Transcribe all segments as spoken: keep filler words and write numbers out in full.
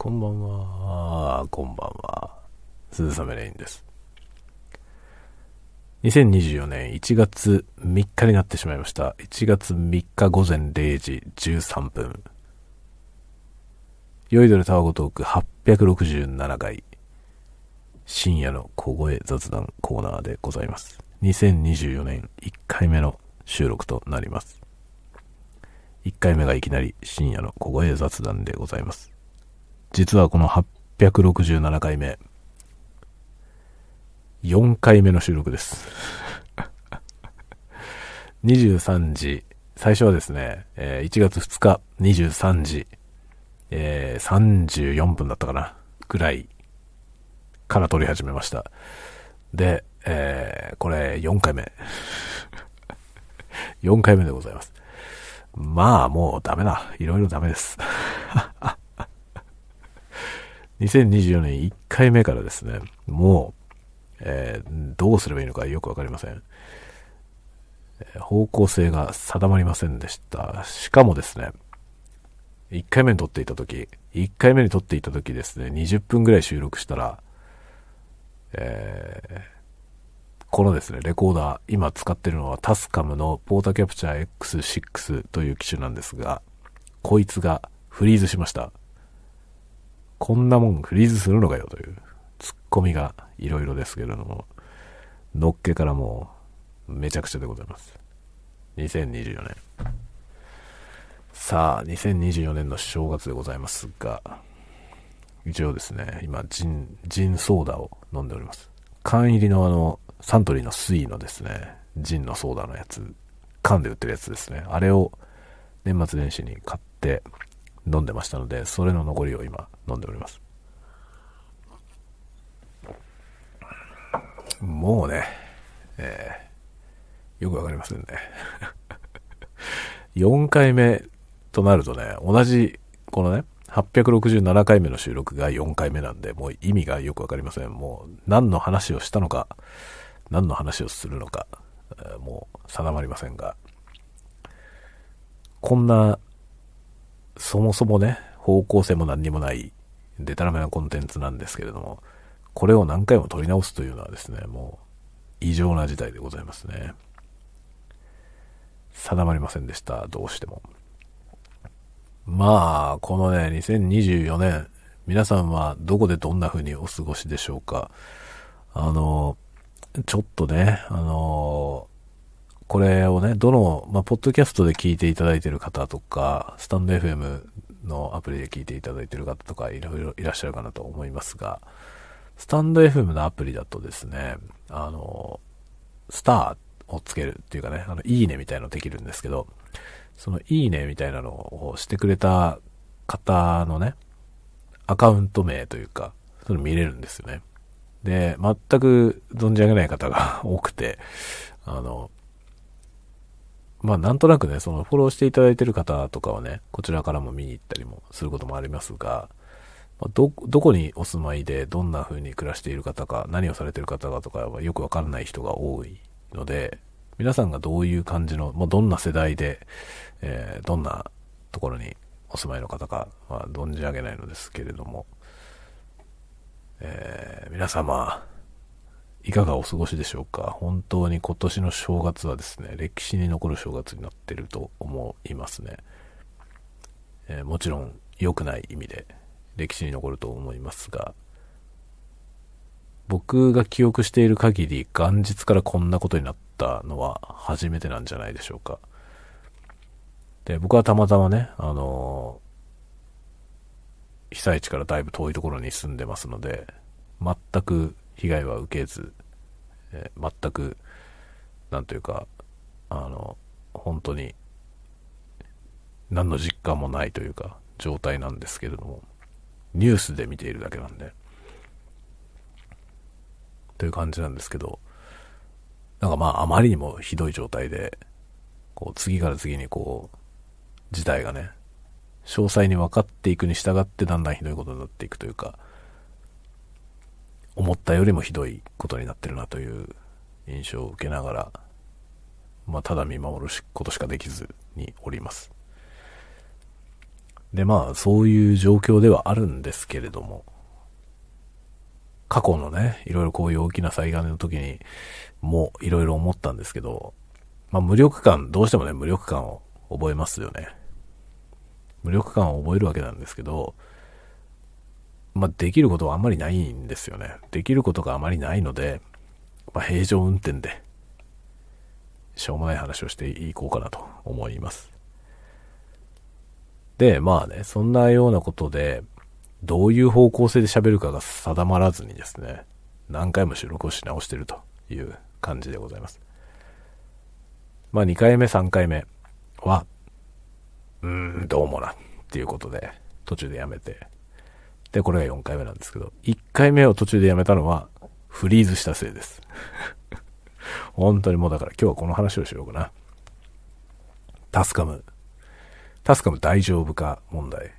こんばんは。こんばんは。鈴雨レインです。にせんにじゅうよねんいちがつみっかになってしまいました。いちがつみっかごぜんれいじじゅうさんぷん。酔いどれたわごトークはっぴゃくろくじゅうななかい。深夜の小声雑談コーナーでございます。にせんにじゅうよねんいっかいめの収録となります。いっかいめがいきなり深夜の小声雑談でございます。実はこのはっぴゃくろくじゅうななかいめ、よんかいめの収録です。にじゅうさんじ、最初はですね、えー、いちがつふつかにじゅうさんじ、えー、さんじゅうよんぷんだったかなぐらいから撮り始めました。で、えー、これよんかいめ。よんかいめでございます。まあもうダメだ。いろいろダメです。にせんにじゅうよねんいっかいめからですね、もう、えー、どうすればいいのかよくわかりません。えー、方向性が定まりませんでした。しかもですね、いっかいめに撮っていたとき、いっかいめに撮っていたときですね、にじゅっぷんぐらい収録したら、えー、このですね、レコーダー、今使ってるのはタスカムのポータキャプチャー エックスシックス という機種なんですが、こいつがフリーズしました。こんなもんフリーズするのかよというツッコミがいろいろですけれども、のっけからもうめちゃくちゃでございます。にせんにじゅうよねん。さあ、にせんにじゅうよねんの正月でございますが、一応ですね、今ジン、ジンソーダを飲んでおります。缶入りのあの、サントリーのスイのですね、ジンのソーダのやつ、缶で売ってるやつですね。あれを年末年始に買って飲んでましたので、それの残りを今飲んでおります。もうね、えー、よくわかりませんね。よんかいめとなるとね、同じ、このね、はっぴゃくろくじゅうななかいめの収録がよんかいめなんで、もう意味がよくわかりません。もう何の話をしたのか、何の話をするのか、えー、もう定まりませんが、こんな、そもそもね、方向性も何にもない、デタラメなコンテンツなんですけれども、これを何回も撮り直すというのはですね、もう異常な事態でございますね。定まりませんでした。どうしても。まあ、このね、にせんにじゅうよねん、皆さんはどこでどんな風にお過ごしでしょうか。あの、ちょっとね、あの、これをね、どの、まあ、ポッドキャストで聞いていただいている方とか、スタンド エフエム のアプリで聞いていただいている方とか、いろいろいらっしゃるかなと思いますが、スタンド エフエム のアプリだとですね、あの、スターをつけるっていうかね、あの、いいねみたいなのできるんですけど、そのいいねみたいなのをしてくれた方のね、アカウント名というか、それ見れるんですよね。で、全く存じ上げない方が多くて、あの、まあなんとなくね、そのフォローしていただいている方とかはね、こちらからも見に行ったりもすることもありますが、ど、どこにお住まいでどんな風に暮らしている方か、何をされている方かとかはよくわからない人が多いので、皆さんがどういう感じの、もうどんな世代で、えー、どんなところにお住まいの方かは存じ上げないのですけれども、えー、皆様、いかがお過ごしでしょうか。本当に今年の正月はですね、歴史に残る正月になっていると思いますね。えー、もちろん良くない意味で歴史に残ると思いますが、僕が記憶している限り元日からこんなことになったのは初めてなんじゃないでしょうか。で、僕はたまたまね、あのー、被災地からだいぶ遠いところに住んでますので、全く被害は受けず、えー、全く、なんというか、あの、本当に、何の実感もないというか、状態なんですけれども、ニュースで見ているだけなんで、という感じなんですけど、なんかまあ、あまりにもひどい状態で、こう、次から次にこう、事態がね、詳細に分かっていくに従ってだんだんひどいことになっていくというか、思ったよりもひどいことになってるなという印象を受けながら、まあ、ただ見守ることしかできずにおります。 で、まあ、そういう状況ではあるんですけれども、過去のね、いろいろこういう大きな災害の時にもいろいろ思ったんですけど、まあ無力感、どうしてもね、無力感を覚えますよね。無力感を覚えるわけなんですけど、まあできることはあんまりないんですよね。できることがあまりないので、まあ平常運転で、しょうもない話をしていこうかなと思います。で、まあね、そんなようなことで、どういう方向性で喋るかが定まらずにですね、何回も収録をし直しているという感じでございます。まあにかいめさんかいめはうーんどうもなっていうことで途中でやめて、でこれがよんかいめなんですけど、いっかいめを途中でやめたのはフリーズしたせいです本当にもうだから今日はこの話をしようかな。タスカムタスカム大丈夫か問題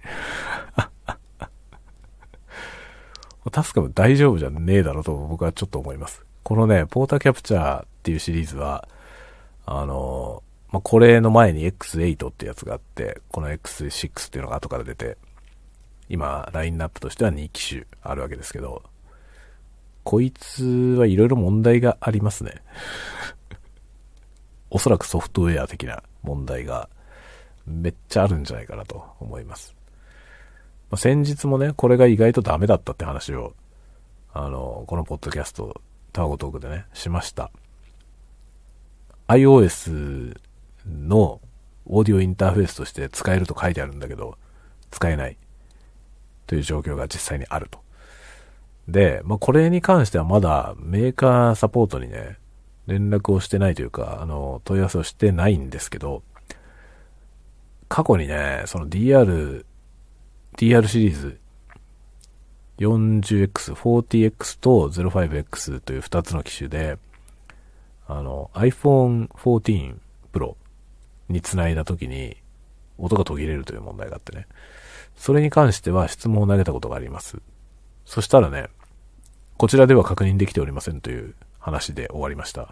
タスカム大丈夫じゃねえだろうと僕はちょっと思います。このね、ポータキャプチャーっていうシリーズは、あの、まあ、これの前に エックスエイト ってやつがあって、この エックスシックス っていうのが後から出て、今、ラインナップとしてはに機種あるわけですけど、こいつはいろいろ問題がありますね。おそらくソフトウェア的な問題がめっちゃあるんじゃないかなと思います。まあ、先日もね、これが意外とダメだったって話を、あの、このポッドキャスト、タワゴトークでね、しました。iOS のオーディオインターフェースとして使えると書いてあるんだけど、使えないという状況が実際にあると。で、まあ、これに関してはまだメーカーサポートにね、連絡をしてないというか、あの、問い合わせをしてないんですけど、過去にね、その ディーアール、ディーアール シリーズ よんじゅうエックス、フォーティーエックス と ゼロファイブエックス というふたつの機種で、あの アイフォンフォーティーン Pro につないだ時に音が途切れるという問題があってね、それに関しては質問を投げたことがあります。そしたらね、こちらでは確認できておりませんという話で終わりました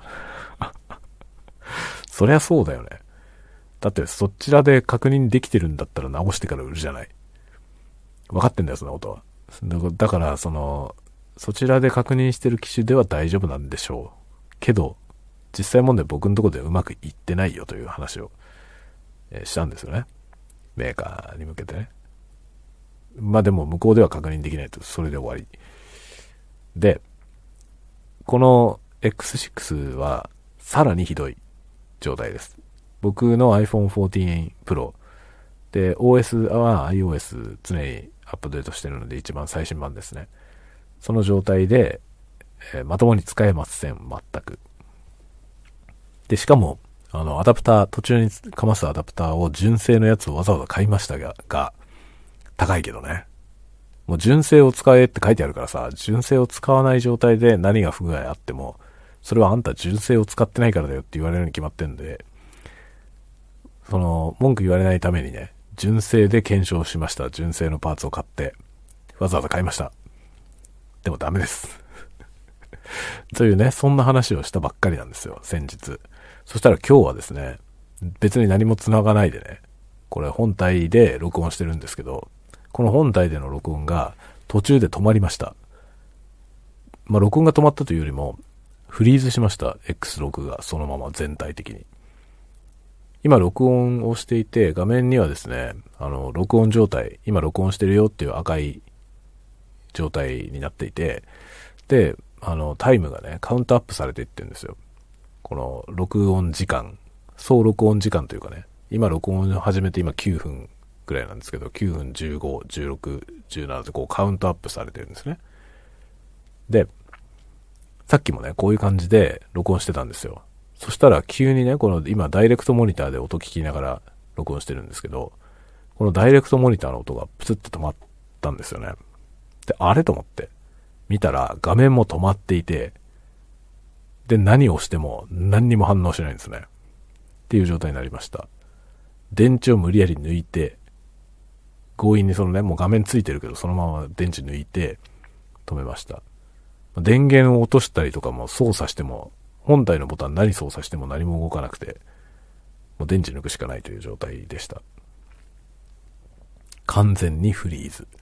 そりゃそうだよね。だってそちらで確認できてるんだったら直してから売るじゃない。分かってんだよそんなことは。だからそのそちらで確認してる機種では大丈夫なんでしょうけど、実際問題僕のところでうまくいってないよという話を、えー、したんですよね。メーカーに向けてね。まあでも向こうでは確認できないと、それで終わり。で、この エックスシックス はさらにひどい状態です。僕の アイフォンフォーティーン Pro で オーエス は iOS 常にアップデートしてるので一番最新版ですね。その状態で、えー、まともに使えません。全く。で、しかも、あの、アダプター、途中にかますアダプターを純正のやつをわざわざ買いましたが、が、高いけどね。もう純正を使えって書いてあるからさ、純正を使わない状態で何が不具合あっても、それはあんた純正を使ってないからだよって言われるに決まってんで、その、文句言われないためにね、純正で検証しました。純正のパーツを買って、わざわざ買いました。でもダメです。というね、そんな話をしたばっかりなんですよ、先日。そしたら今日はですね、別に何も繋がないでね、これ本体で録音してるんですけど、この本体での録音が途中で止まりました。まあ、録音が止まったというよりも、フリーズしました。エックスろく がそのまま全体的に。今録音をしていて、画面にはですね、あの、録音状態、今録音してるよっていう赤い状態になっていて、で、あの、タイムがね、カウントアップされていってるんですよ。この録音時間、総録音時間というかね、今録音を始めて今きゅうふんぐらいなんですけど、きゅうふん、じゅうご、じゅうろく、じゅうななでこうカウントアップされてるんですね。で、さっきもね、こういう感じで録音してたんですよ。そしたら急にね、この今ダイレクトモニターで音聞きながら録音してるんですけど、このダイレクトモニターの音がプツッと止まったんですよね。で、あれと思って、見たら画面も止まっていて、で、何を押しても何にも反応しないんですね。っていう状態になりました。電池を無理やり抜いて、強引にそのね、もう画面ついてるけど、そのまま電池抜いて止めました。電源を落としたりとかも操作しても、本体のボタン何操作しても何も動かなくて、もう電池抜くしかないという状態でした。 完全にフリーズ。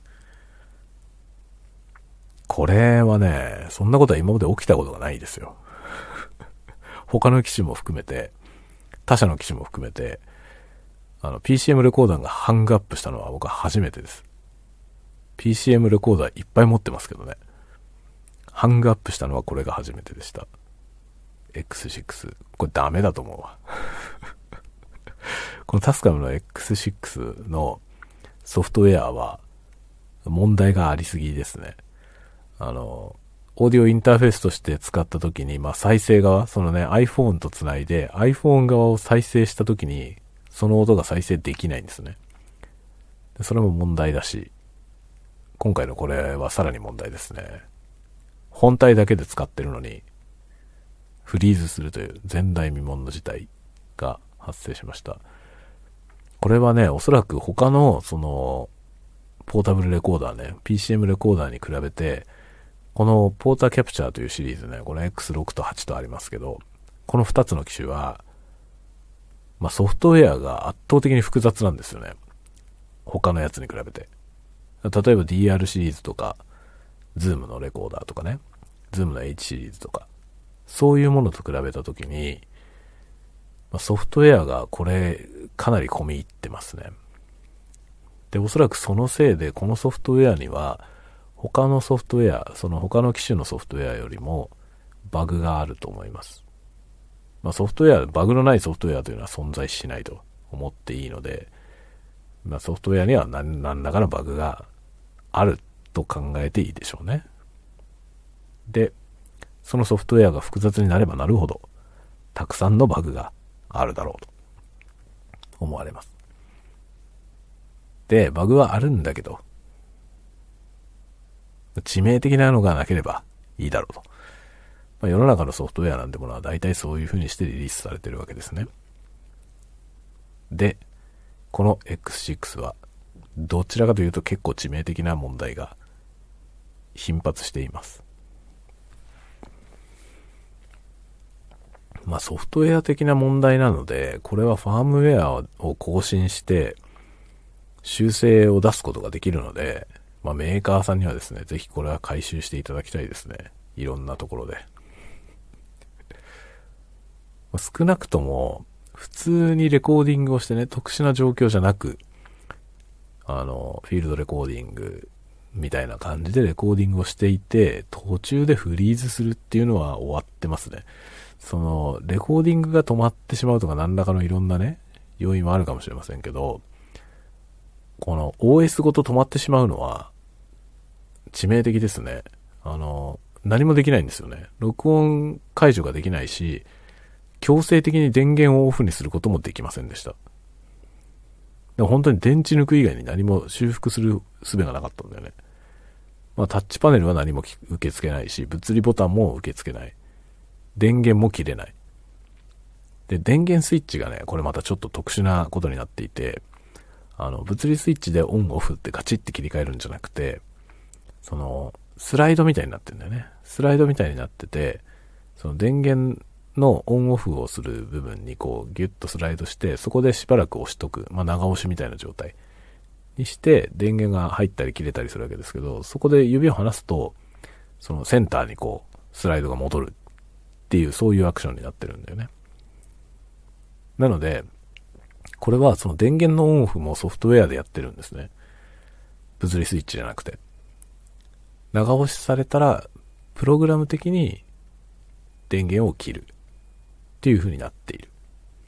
これはね、そんなことは今まで起きたことがないですよ。他の機種も含めて、他社の機種も含めて、あの、ピーシーエム レコーダーがハングアップしたのは僕は初めてです。ピーシーエム レコーダーいっぱい持ってますけどね。ハングアップしたのはこれが初めてでした。エックスシックス。これダメだと思うわ。このタスカムの エックスシックス のソフトウェアは問題がありすぎですね。あの、オーディオインターフェースとして使ったときに、まあ再生側、そのね iPhone とつないで iPhone 側を再生したときに、その音が再生できないんですね。それも問題だし、今回のこれはさらに問題ですね。本体だけで使ってるのに、フリーズするという前代未聞の事態が発生しました。これはね、おそらく他のそのポータブルレコーダーね、ピーシーエム レコーダーに比べて、このポーターキャプチャーというシリーズね、この エックスシックス とはちとありますけど、このふたつの機種は、まあソフトウェアが圧倒的に複雑なんですよね。他のやつに比べて。例えば ディーアール シリーズとか、Zoom のレコーダーとかね、Zoom の H シリーズとか、そういうものと比べたときに、まあ、ソフトウェアがこれかなり込み入ってますね。で、おそらくそのせいでこのソフトウェアには他のソフトウェア、その他の機種のソフトウェアよりもバグがあると思います。まあ、ソフトウェア、バグのないソフトウェアというのは存在しないと思っていいので、まあ、ソフトウェアには何、何らかのバグがあると考えていいでしょうね。で、そのソフトウェアが複雑になればなるほど、たくさんのバグがあるだろうと思われます。で、バグはあるんだけど、致命的なのがなければいいだろうと。まあ、世の中のソフトウェアなんてものは大体そういう風にしてリリースされてるわけですね。で、この エックスシックス はどちらかというと結構致命的な問題が頻発しています。まあソフトウェア的な問題なので、これはファームウェアを更新して修正を出すことができるので、まあメーカーさんにはですね、ぜひこれは回収していただきたいですね。いろんなところで。少なくとも普通にレコーディングをしてね、特殊な状況じゃなく、あの、フィールドレコーディングみたいな感じでレコーディングをしていて、途中でフリーズするっていうのは終わってますね。その、レコーディングが止まってしまうとか何らかのいろんなね、要因もあるかもしれませんけど、この オーエス ごと止まってしまうのは致命的ですね。あの、何もできないんですよね。録音解除ができないし、強制的に電源をオフにすることもできませんでした。でも本当に電池抜く以外に何も修復する術がなかったんだよね。まあタッチパネルは何も受け付けないし、物理ボタンも受け付けない。電源も切れない。で、電源スイッチがね、これまたちょっと特殊なことになっていて、あの、物理スイッチでオンオフってガチって切り替えるんじゃなくて、その、スライドみたいになってるんだよね。スライドみたいになってて、その電源のオンオフをする部分にこうギュッとスライドして、そこでしばらく押しとく。まあ長押しみたいな状態にして、電源が入ったり切れたりするわけですけど、そこで指を離すと、そのセンターにこう、スライドが戻るっていう、そういうアクションになってるんだよね。なので、これはその電源のオンオフもソフトウェアでやってるんですね。物理スイッチじゃなくて。長押しされたら、プログラム的に電源を切るっていう風になっている。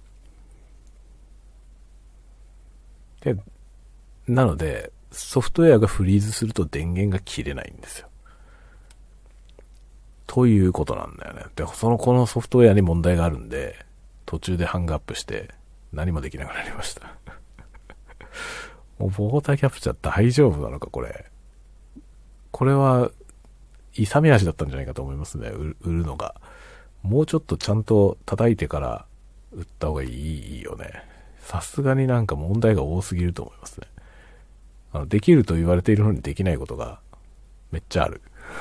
で、なので、ソフトウェアがフリーズすると電源が切れないんですよ。ということなんだよね。で、その、このソフトウェアに問題があるんで、途中でハングアップして何もできなくなりました。もうポーターキャプチャー大丈夫なのか、これ。これは、勇み足だったんじゃないかと思いますね、売るのが。もうちょっとちゃんと叩いてから売った方がいい、いいよね。さすがになんか問題が多すぎると思いますね。あの、できると言われているのにできないことがめっちゃある。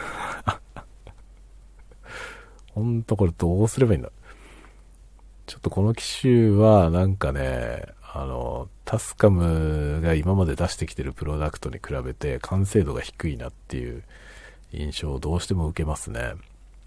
ほんとこれどうすればいいんだ。ちょっとこの機種はなんかね、 あの、タスカムが今まで出してきてるプロダクトに比べて完成度が低いなっていう印象をどうしても受けますね。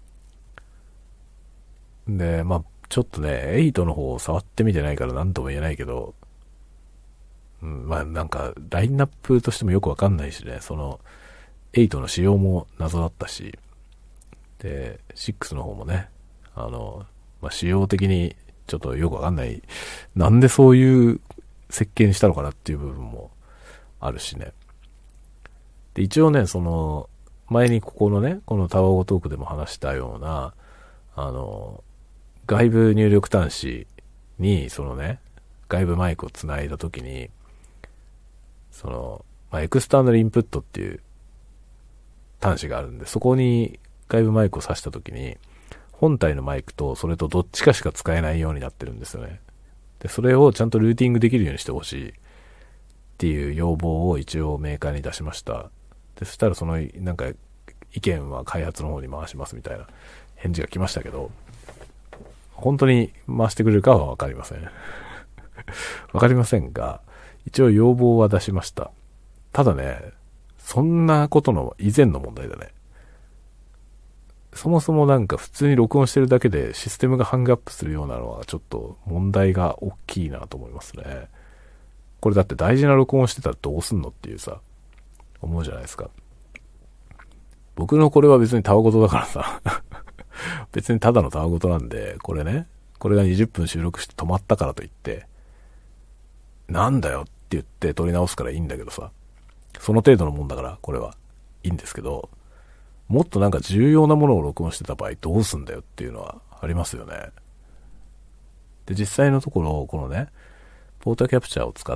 で、まあちょっとね、エイトの方を触ってみてないから何とも言えないけど、うん、まあなんかラインナップとしてもよくわかんないしね、そのエイトの仕様も謎だったし、で、シックスの方もね、あの、まあ仕様的にちょっとよくわかんない。なんでそういう設計にしたのかなっていう部分もあるしね。で、一応ね、その、前にここのね、このタワゴトークでも話したような、あの、外部入力端子に、そのね、外部マイクをつないだときに、その、まあ、エクスターナルインプットっていう端子があるんで、そこに外部マイクを挿したときに、本体のマイクとそれとどっちかしか使えないようになってるんですよね。で、それをちゃんとルーティングできるようにしてほしいっていう要望を一応メーカーに出しました。で、そしたらそのなんか意見は開発の方に回しますみたいな返事が来ましたけど、本当に回してくれるかはわかりません。わかりませんが、一応要望は出しました。ただね、そんなことの以前の問題だね。そもそもなんか普通に録音してるだけでシステムがハングアップするようなのはちょっと問題が大きいなと思いますね。これだって大事な録音してたらどうすんのっていうさ、思うじゃないですか。僕のこれは別にタワごとだからさ、別にただのタワごとなんで、これね、これがにじゅっぷん収録して止まったからといって、なんだよって言って撮り直すからいいんだけどさ、その程度のもんだからこれはいいんですけど、もっとなんか重要なものを録音してた場合どうすんだよっていうのはありますよね。で、実際のところ、このね、ポーターキャプチャーを使って、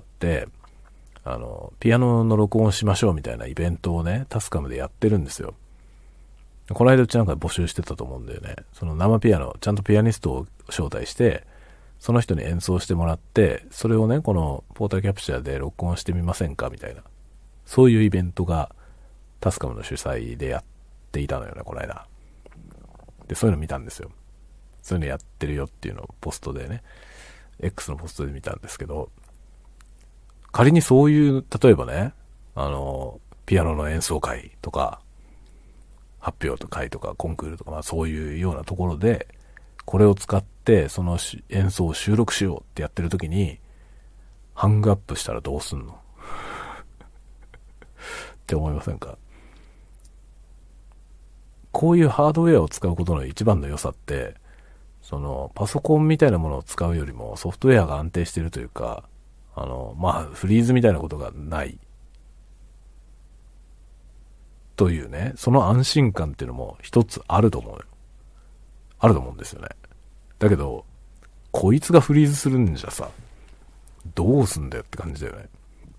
あの、ピアノの録音しましょうみたいなイベントをね、タスカムでやってるんですよ。この間うちなんか募集してたと思うんだよね。その生ピアノ、ちゃんとピアニストを招待して、その人に演奏してもらって、それをね、このポーターキャプチャーで録音してみませんかみたいな。そういうイベントがタスカムの主催でやっていたのよね、この間。で、そういうの見たんですよ。そういうのやってるよっていうのをポストでね、X のポストで見たんですけど、仮にそういう、例えばね、あの、ピアノの演奏会とか、発表会とかコンクールとか、まあそういうようなところで、これを使ってその演奏を収録しようってやってる時に、ハングアップしたらどうすんのって思いませんか？こういうハードウェアを使うことの一番の良さって、そのパソコンみたいなものを使うよりもソフトウェアが安定しているというか、あの、まあフリーズみたいなことがないというね、その安心感っていうのも一つあると思うよ。あると思うんですよね。だけど、こいつがフリーズするんじゃさ、どうすんだよって感じだよね。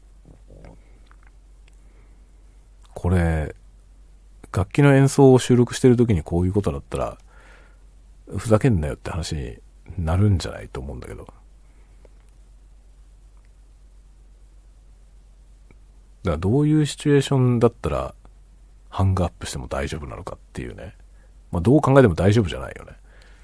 これ、楽器の演奏を収録してる時にこういうことだったら、ふざけんなよって話になるんじゃないと思うんだけど。だからどういうシチュエーションだったら、ハングアップしても大丈夫なのかっていうね。まあどう考えても大丈夫じゃないよね。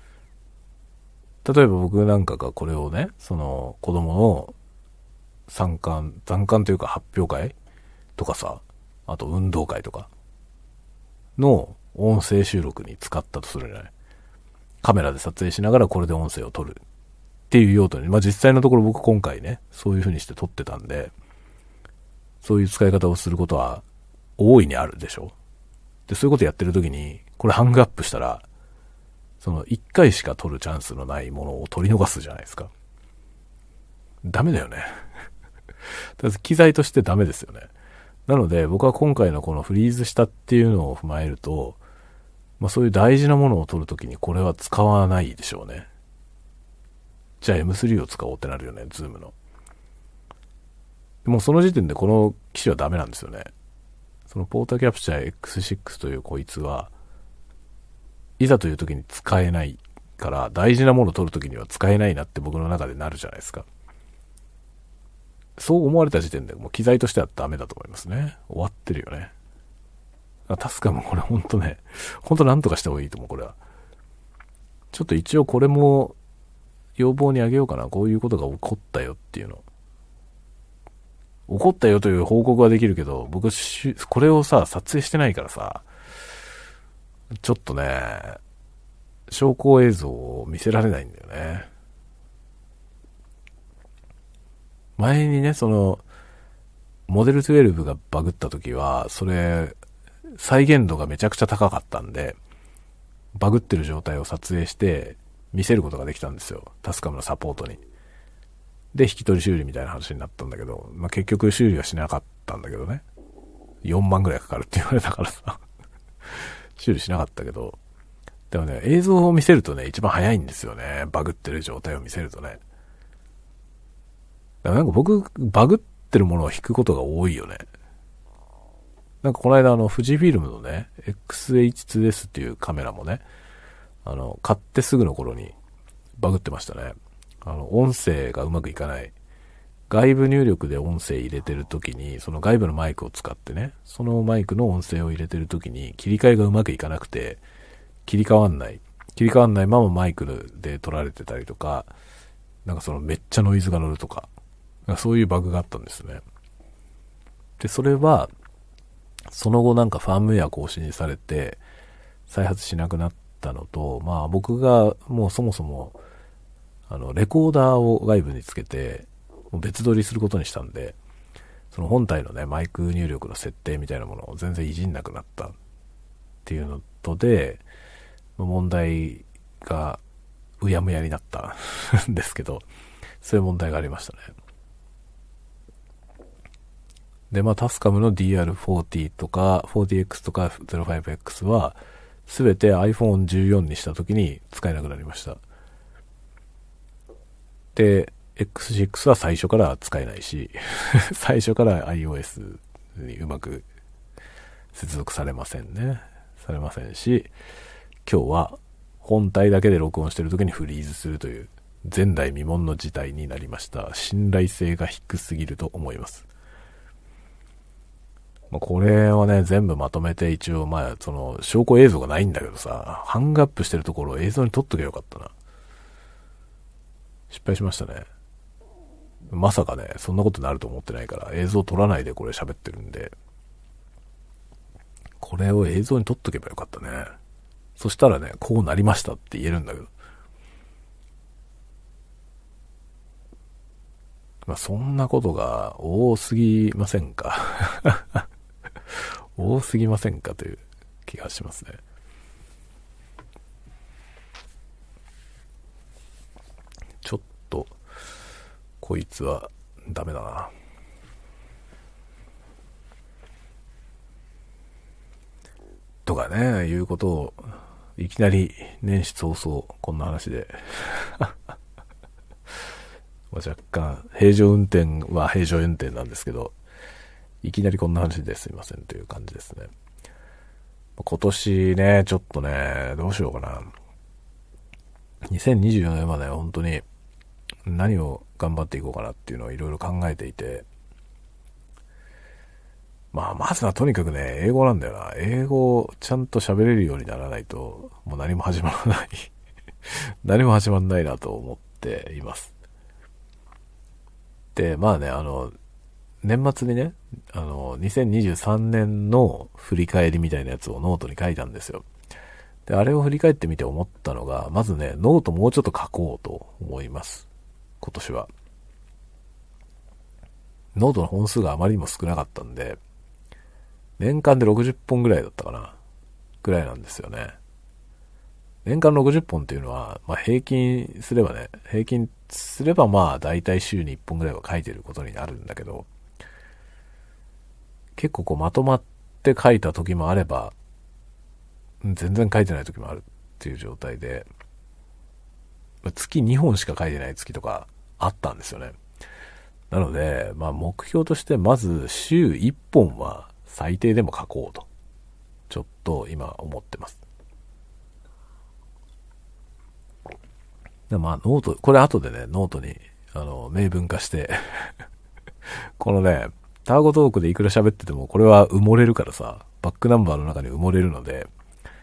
例えば僕なんかがこれをね、その子供の参観、参観というか発表会とかさ、あと運動会とかの音声収録に使ったとするじゃない。カメラで撮影しながらこれで音声を撮るっていう用途に、まあ実際のところ僕今回ね、そういう風にして撮ってたんで、そういう使い方をすることは大いにあるでしょ。で、そういうことやってる時に、これハングアップしたら、その一回しか撮るチャンスのないものを撮り逃すじゃないですか。ダメだよね。機材としてダメですよね。なので僕は今回のこのフリーズしたっていうのを踏まえると、まあそういう大事なものを撮るときにこれは使わないでしょうね。じゃあ エムスリー を使おうってなるよね、ズームの。でもその時点でこの機種はダメなんですよね。そのポーターキャプチャー エックスシックス というこいつは、いざという時に使えないから、大事なものを撮る時には使えないなって僕の中でなるじゃないですか。そう思われた時点でもう機材としてはダメだと思いますね。終わってるよね。タスカもこれほんとね、ほんとなんとかした方がいいと思う、これは。ちょっと一応これも要望にあげようかな。こういうことが起こったよっていうの。 怒ったよという報告はできるけど、僕し、これをさ、撮影してないからさ、ちょっとね、証拠映像を見せられないんだよね。前にね、その、モデルじゅうにがバグった時は、それ、再現度がめちゃくちゃ高かったんで、バグってる状態を撮影して見せることができたんですよ。タスカムのサポートに。で、引き取り修理みたいな話になったんだけど、まあ、結局修理はしなかったんだけどね。よんまんぐらいかかるって言われたからさ。修理しなかったけど。でもね、映像を見せるとね、一番早いんですよね。バグってる状態を見せるとね。だからなんか僕、バグってるものを引くことが多いよね。なんかこの間あの、富士フィルムのね、エックスエイチツーエス っていうカメラもね、あの、買ってすぐの頃にバグってましたね。あの、音声がうまくいかない。外部入力で音声入れてるときに、その外部のマイクを使ってね、そのマイクの音声を入れてるときに、切り替えがうまくいかなくて、切り替わんない。切り替わんないままマイクで撮られてたりとか、なんかそのめっちゃノイズが乗るとか、そういうバグがあったんですね。で、それは、その後なんかファームウェア更新されて、再発しなくなったのと、まあ僕がもうそもそも、あの、レコーダーを外部につけて、別撮りすることにしたんで、その本体のね、マイク入力の設定みたいなものを全然いじんなくなったっていうのとで、問題がうやむやになったんですけど、そういう問題がありましたね。で、まあ、タスカムの ディーアールフォーティー とか、フォーティーエックス とか ゼロファイブエックス は、すべて アイフォンじゅうよん にしたときに使えなくなりました。で、エックスシックス は最初から使えないし、最初から iOS にうまく接続されませんね。されませんし、今日は本体だけで録音してるときにフリーズするという前代未聞の事態になりました。信頼性が低すぎると思います。これはね、全部まとめて一応、まあ、その、証拠映像がないんだけどさ、ハングアップしてるところを映像に撮っとけばよかったな。失敗しましたね。まさかね、そんなことになると思ってないから、映像撮らないでこれ喋ってるんで、これを映像に撮っとけばよかったね。そしたらね、こうなりましたって言えるんだけど。まあ、そんなことが多すぎませんか。多すぎませんかという気がしますね。ちょっとこいつはダメだな。とかね、いうことをいきなり年始早々こんな話で若干平常運転は平常運転なんですけど、いきなりこんな話ですいませんという感じですね。今年ね、ちょっとね、どうしようかな。にせんにじゅうよねんまで本当に何を頑張っていこうかなっていうのをいろいろ考えていて、まあまずはとにかくね、英語なんだよな。英語をちゃんと喋れるようにならないと、もう何も始まらない。何も始まらないなと思っています。で、まあね、あの、年末にね、あの、にせんにじゅうさんねんの振り返りみたいなやつをノートに書いたんですよ。で、あれを振り返ってみて思ったのが、まずね、ノートもうちょっと書こうと思います。今年は。ノートの本数があまりにも少なかったんで、年間でろくじゅっぽんぐらいだったかな。ぐらいなんですよね。年間ろくじゅっぽんっていうのは、まあ平均すればね、平均すればまあ大体週にいっぽんぐらいは書いてることになるんだけど、結構こうまとまって書いた時もあれば、全然書いてない時もあるっていう状態で、月にほんしか書いてない月とかあったんですよね。なので、まあ目標としてまず週いっぽんは最低でも書こうと、ちょっと今思ってます。でまあノート、これ後でね、ノートに、あの、明文化して、このね、タワゴトークでいくら喋っててもこれは埋もれるからさ、バックナンバーの中に埋もれるので、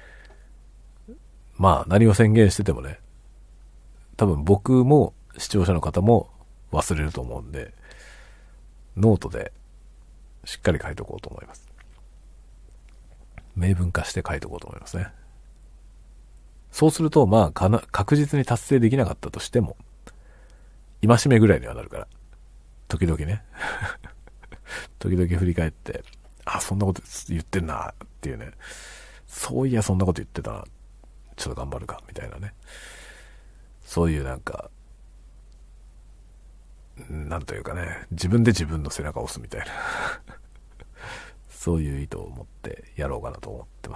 まあ何を宣言しててもね、多分僕も視聴者の方も忘れると思うんで、 ノートでしっかり書いとこうと思います。明文化して書いとこうと思いますね。そうすると、まあかな、確実に達成できなかったとしても、戒めぐらいにはなるから。時々ね。時々振り返って、あ、そんなこと言ってんなっていうね。そういや、そんなこと言ってたな。ちょっと頑張るか、みたいなね。そういうなんか、なんというかね、自分で自分の背中を押すみたいな。そういう意図を持ってやろうかなと思ってます。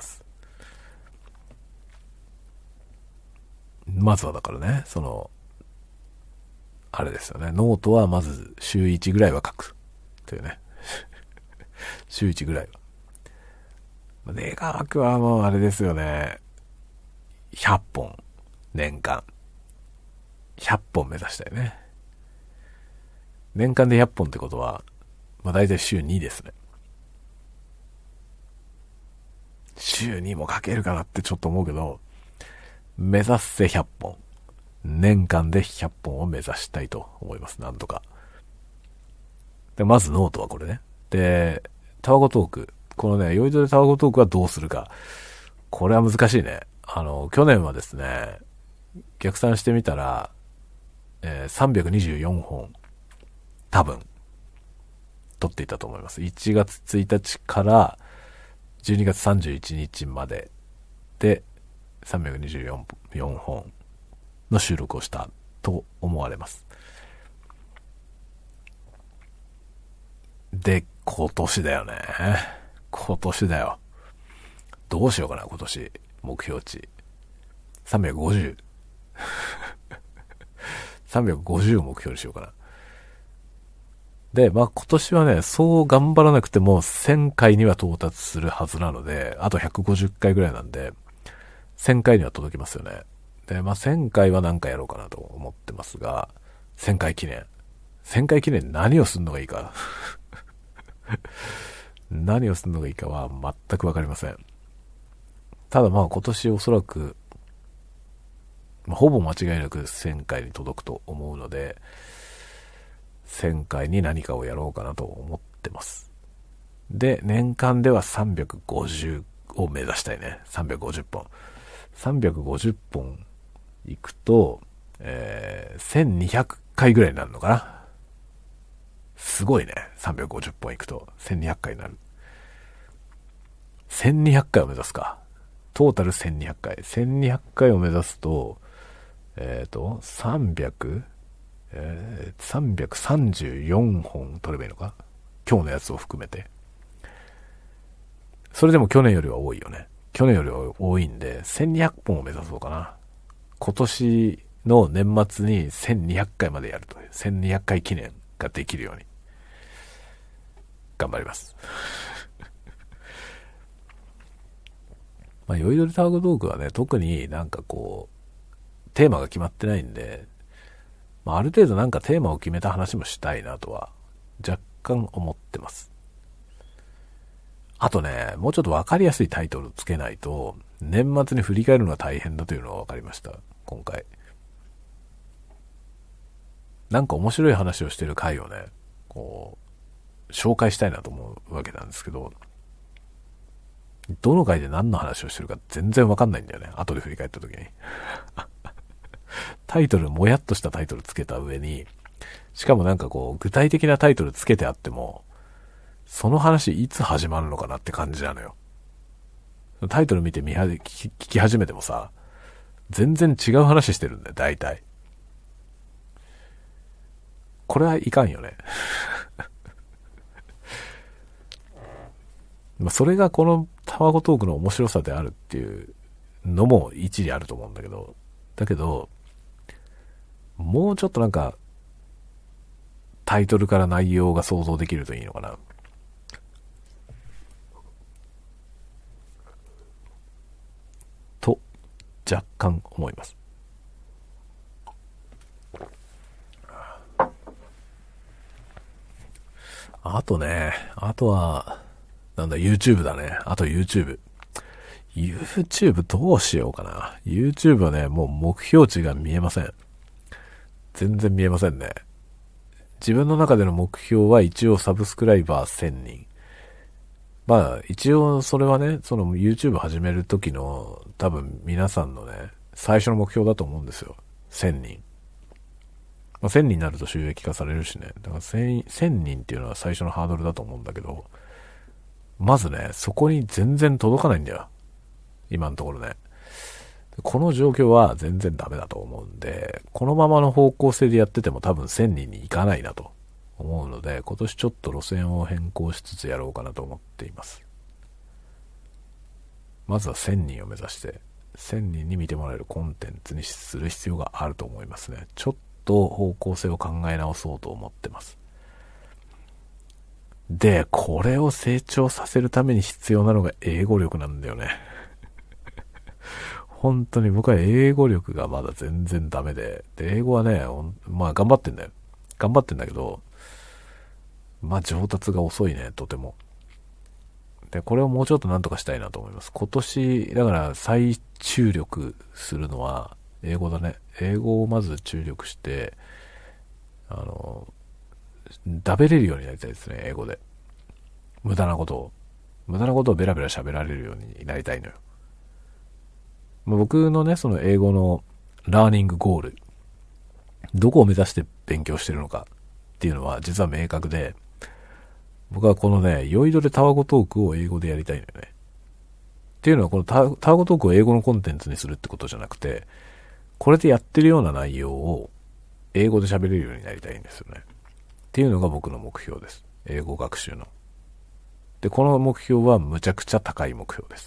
まずはだからね、その、あれですよね。ノートはまず週いちぐらいは書く。というね。週いちぐらいは。願わくはもうあれですよね。ひゃっぽん。年間。ひゃっぽん目指したいね。年間でひゃっぽんってことは、まあ大体週にですね。週にも書けるかなってちょっと思うけど、目指せひゃっぽん。年間でひゃっぽんを目指したいと思います。なんとか。で、まずノートはこれね。で、タワゴトーク。このね、ヨイドでタワゴトークはどうするか。これは難しいね。あの、去年はですね、逆算してみたら、えー、さんびゃくにじゅうよんほん、多分、撮っていたと思います。いちがつついたちからじゅうにがつさんじゅういちにちまでで、さんびゃくにじゅうよんほんの収録をしたと思われます。で、今年だよね。今年だよ。どうしようかな、今年。目標値。さんびゃくごじゅう。さんびゃくごじゅうを目標にしようかな。で、まあ今年はね、そう頑張らなくてもせんかいには到達するはずなので、あとひゃくごじゅっかいぐらいなんで、せんかいには届きますよね。で、まあせんかいは何かやろうかなと思ってますが、せんかい記念。せんかい記念何をするのがいいか。何をするのがいいかは全くわかりません。ただまあ今年おそらく、まあ、ほぼ間違いなくせんかいに届くと思うので、せんかいに何かをやろうかなと思ってます。で、年間ではさんびゃくごじゅうを目指したいね。さんびゃくごじゅっぽん。さんびゃくごじゅっぽん行くと、えー、せんにひゃっかいぐらいになるのかな。すごいね。さんびゃくごじゅっぽん行くとせんにひゃっかいになる。せんにひゃっかいを目指すか。トータルせんにひゃっかい。せんにひゃっかいを目指すと、えっと、さんびゃく、えー、さんびゃくさんじゅうよんほん取ればいいのか。今日のやつを含めて。それでも去年よりは多いよね。去年よりは多いんで、せんにひゃっぽんを目指そうかな。今年の年末にせんにひゃっかいまでやるという、せんにひゃっかい記念ができるように、頑張ります。まあ、酔いどりタワゴトークはね、特になんかこう、テーマが決まってないんで、まあ、ある程度なんかテーマを決めた話もしたいなとは、若干思ってます。あとね、もうちょっとわかりやすいタイトルをつけないと、年末に振り返るのが大変だというのがわかりました、今回。なんか面白い話をしてる回をね、こう、紹介したいなと思うわけなんですけど、どの回で何の話をしてるか全然わかんないんだよね、後で振り返った時に。タイトル、もやっとしたタイトルつけた上に、しかもなんかこう、具体的なタイトルつけてあっても、その話いつ始まるのかなって感じなのよ。タイトル見て見は聞き、聞き始めてもさ、全然違う話してるんだよ、大体。これはいかんよね。まあそれがこのタワゴトークの面白さであるっていうのも一理あると思うんだけど、だけど、もうちょっとなんか、タイトルから内容が想像できるといいのかな。と、若干思います。あとね、あとは、なんだ、YouTube だね。あと YouTube。YouTube どうしようかな。YouTube はね、もう目標値が見えません。全然見えませんね。 自分の中での目標は一応サブスクライバーせんにん。まあ一応それはね、その YouTube 始める時の多分皆さんのね、最初の目標だと思うんですよ。せんにん。まあ、せんにんになると収益化されるしね。だからせん、せんにんっていうのは最初のハードルだと思うんだけど、まずね、そこに全然届かないんだよ。今のところね。この状況は全然ダメだと思うんで、このままの方向性でやってても多分せんにんに行かないなと思うので、今年ちょっと路線を変更しつつやろうかなと思っています。まずはせんにんを目指して、せんにんに見てもらえるコンテンツにする必要があると思いますね。ちょっと方向性を考え直そうと思ってます。で、これを成長させるために必要なのが英語力なんだよね。本当に僕は英語力がまだ全然ダメで、で、英語はね、まあ頑張ってんだよ。頑張ってんだけど、まあ上達が遅いね、とても。で、これをもうちょっとなんとかしたいなと思います。今年、だから再注力するのは英語だね。英語をまず注力して、あの、食べれるようになりたいですね、英語で。無駄なことを。無駄なことをベラベラ喋られるようになりたいのよ。僕のね、その英語のラーニングゴール、どこを目指して勉強してるのかっていうのは実は明確で、僕はこのね、酔いどれタワゴトークを英語でやりたいのよね。っていうのはこのタワゴトークを英語のコンテンツにするってことじゃなくて、これでやってるような内容を英語で喋れるようになりたいんですよね。っていうのが僕の目標です。英語学習の。で、この目標はむちゃくちゃ高い目標です。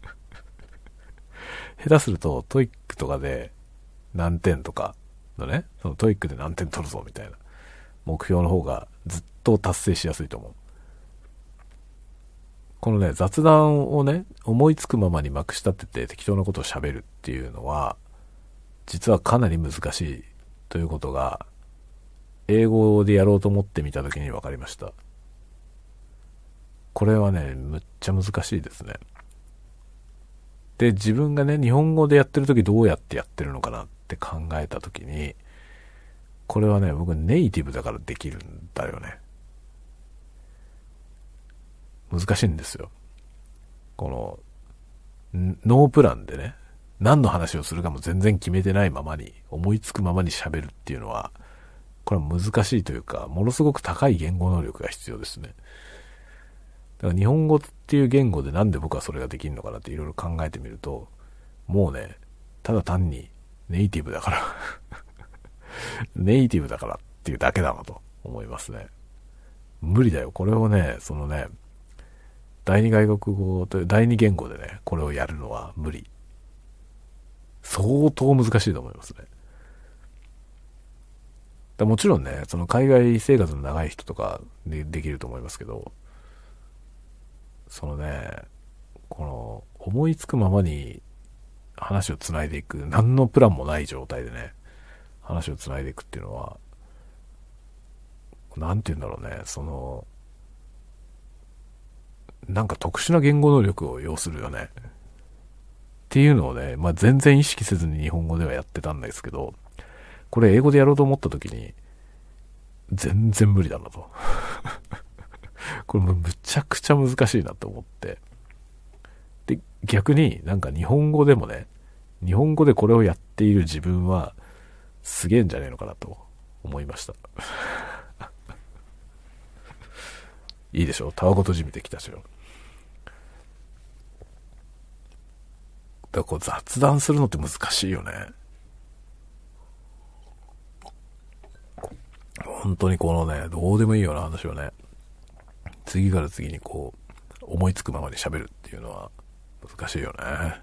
下手するとトイックとかで何点とかのね、そのトイックで何点取るぞみたいな目標の方がずっと達成しやすいと思う。このね、雑談をね、思いつくままにまくし立てて適当なことを喋るっていうのは実はかなり難しいということが英語でやろうと思ってみたときに分かりました。これはね、むっちゃ難しいですね。で、自分がね、日本語でやってるときどうやってやってるのかなって考えたときに、これはね、僕ネイティブだからできるんだよね。難しいんですよ。この、ノープランでね、何の話をするかも全然決めてないままに、思いつくままに喋るっていうのは、これは難しいというか、ものすごく高い言語能力が必要ですね。だから日本語っていう言語でなんで僕はそれができるのかなっていろいろ考えてみると、もうね、ただ単にネイティブだからネイティブだからっていうだけだなと思いますね。無理だよ。これをね、そのね、第二外国語という第二言語でね、これをやるのは無理。相当難しいと思いますね。だもちろんね、その海外生活の長い人とかでできると思いますけど、そのね、この思いつくままに話をつないでいく、何のプランもない状態でね、話をつないでいくっていうのは、なんて言うんだろうね、その、なんか特殊な言語能力を要するよね。っていうのをね、まあ全然意識せずに日本語ではやってたんですけど、これ英語でやろうと思った時に、全然無理だなと。これもむちゃくちゃ難しいなと思って。で、逆になんか日本語でもね、日本語でこれをやっている自分はすげえんじゃねえのかなと思いました。いいでしょ、たわごとじみてきたでしょ。だからこう雑談するのって難しいよね。本当にこのね、どうでもいいような話をね、次から次にこう思いつくままに喋るっていうのは難しいよね。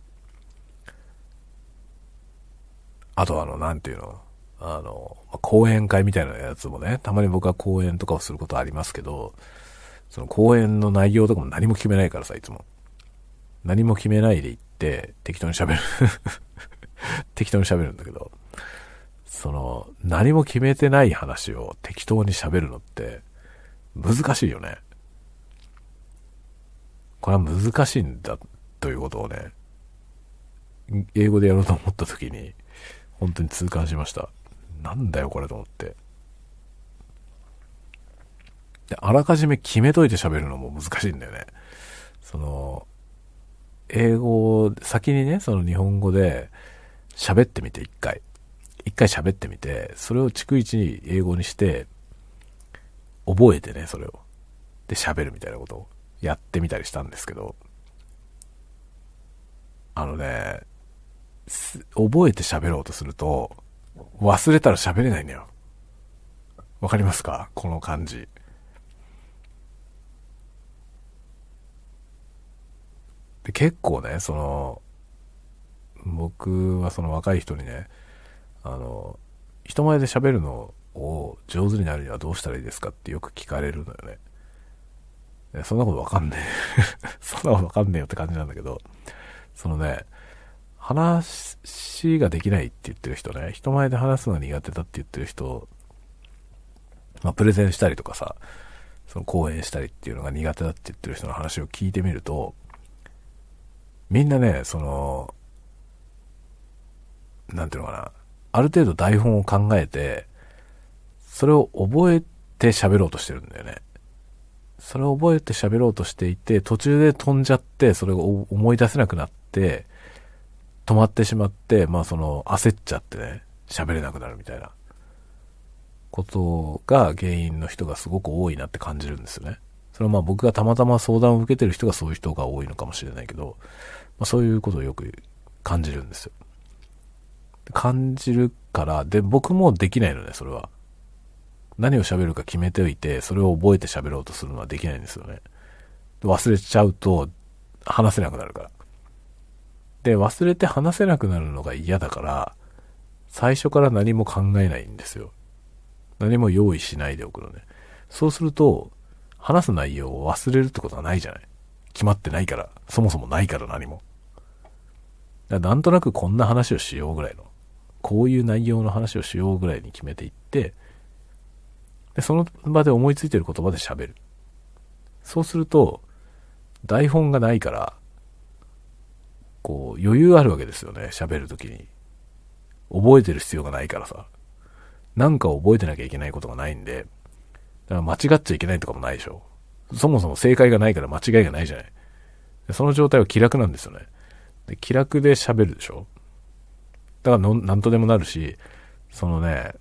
あとあのなんていうの、あの講演会みたいなやつもね、たまに僕は講演とかをすることありますけど、その講演の内容とかも何も決めないからさ、いつも何も決めないで行って適当に喋る適当に喋るんだけど、その何も決めてない話を適当に喋るのって難しいよね。これは難しいんだということをね、英語でやろうと思った時に本当に痛感しました。なんだよこれと思って。 で、あらかじめ決めといて喋るのも難しいんだよね。その、英語、先にね、その日本語で喋ってみて一回。一回喋ってみて、それを逐一に英語にして、覚えてね、それを。で、喋るみたいなことをやってみたりしたんですけど、あのね、覚えて喋ろうとすると、忘れたら喋れないんだよ。わかりますか？この感じ。で、結構ね、その、僕はその若い人にね、あの、人前で喋るのを上手になるにはどうしたらいいですかってよく聞かれるのよね。でそんなことわかんねえ。そんなことわかんねえよって感じなんだけど、そのね、話ができないって言ってる人ね、人前で話すのが苦手だって言ってる人、まあ、プレゼンしたりとかさ、その講演したりっていうのが苦手だって言ってる人の話を聞いてみると、みんなね、その、なんていうのかな、ある程度台本を考えて、それを覚えて喋ろうとしてるんだよね。それを覚えて喋ろうとしていて、途中で飛んじゃって、それを思い出せなくなって、止まってしまって、まあその焦っちゃってね、喋れなくなるみたいなことが原因の人がすごく多いなって感じるんですよね。それはまあ僕がたまたま相談を受けてる人がそういう人が多いのかもしれないけど、まあ、そういうことをよく感じるんですよ。感じるから、で、僕もできないのね、それは。何を喋るか決めておいて、それを覚えて喋ろうとするのはできないんですよね。忘れちゃうと話せなくなるから。で、忘れて話せなくなるのが嫌だから、最初から何も考えないんですよ。何も用意しないでおくのね。そうすると、話す内容を忘れるってことはないじゃない。決まってないから。そもそもないから何も。だからなんとなくこんな話をしようぐらいの。こういう内容の話をしようぐらいに決めていって、で、その場で思いついてる言葉で喋る。そうすると、台本がないから、こう、余裕あるわけですよね、喋るときに。覚えてる必要がないからさ。なんか覚えてなきゃいけないことがないんで、だから間違っちゃいけないとかもないでしょ。そもそも正解がないから間違いがないじゃない。その状態は気楽なんですよね。で気楽で喋るでしょ。だからのなんとでもなるし、そのね、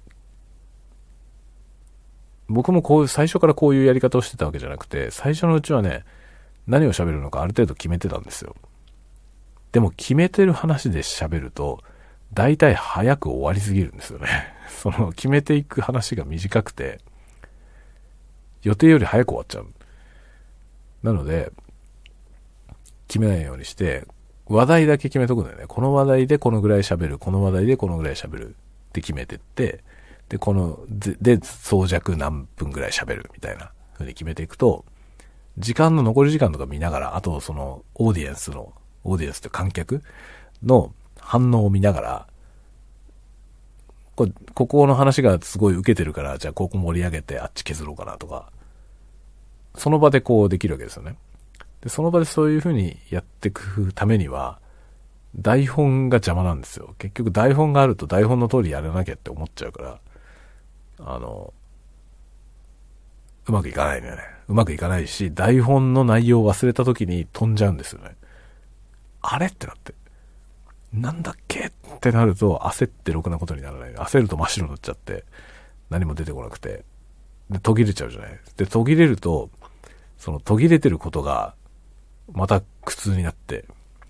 僕もこう最初からこういうやり方をしてたわけじゃなくて、最初のうちはね、何を喋るのかある程度決めてたんですよ。でも決めてる話で喋ると、大体早く終わりすぎるんですよね。その決めていく話が短くて、予定より早く終わっちゃう。なので、決めないようにして、話題だけ決めとくんだよね。この話題でこのぐらい喋る、この話題でこのぐらい喋るって決めてって、で、この、で、で総弱何分ぐらい喋るみたいな風に決めていくと、時間の残り時間とか見ながら、あとその、オーディエンスの、オーディエンスって観客の反応を見ながら、こ, ここの話がすごい受けてるから、じゃあここ盛り上げてあっち削ろうかなとか、その場でこうできるわけですよね。で、その場でそういう風にやっていくためには、台本が邪魔なんですよ。結局台本があると台本の通りやらなきゃって思っちゃうから、あの、うまくいかないのよね。うまくいかないし、台本の内容を忘れた時に飛んじゃうんですよね。あれってなって。なんだっけってなると焦ってろくなことにならない。焦ると真っ白になっちゃって、何も出てこなくて。で、途切れちゃうじゃない。で、途切れると、その途切れてることが、また苦痛になって、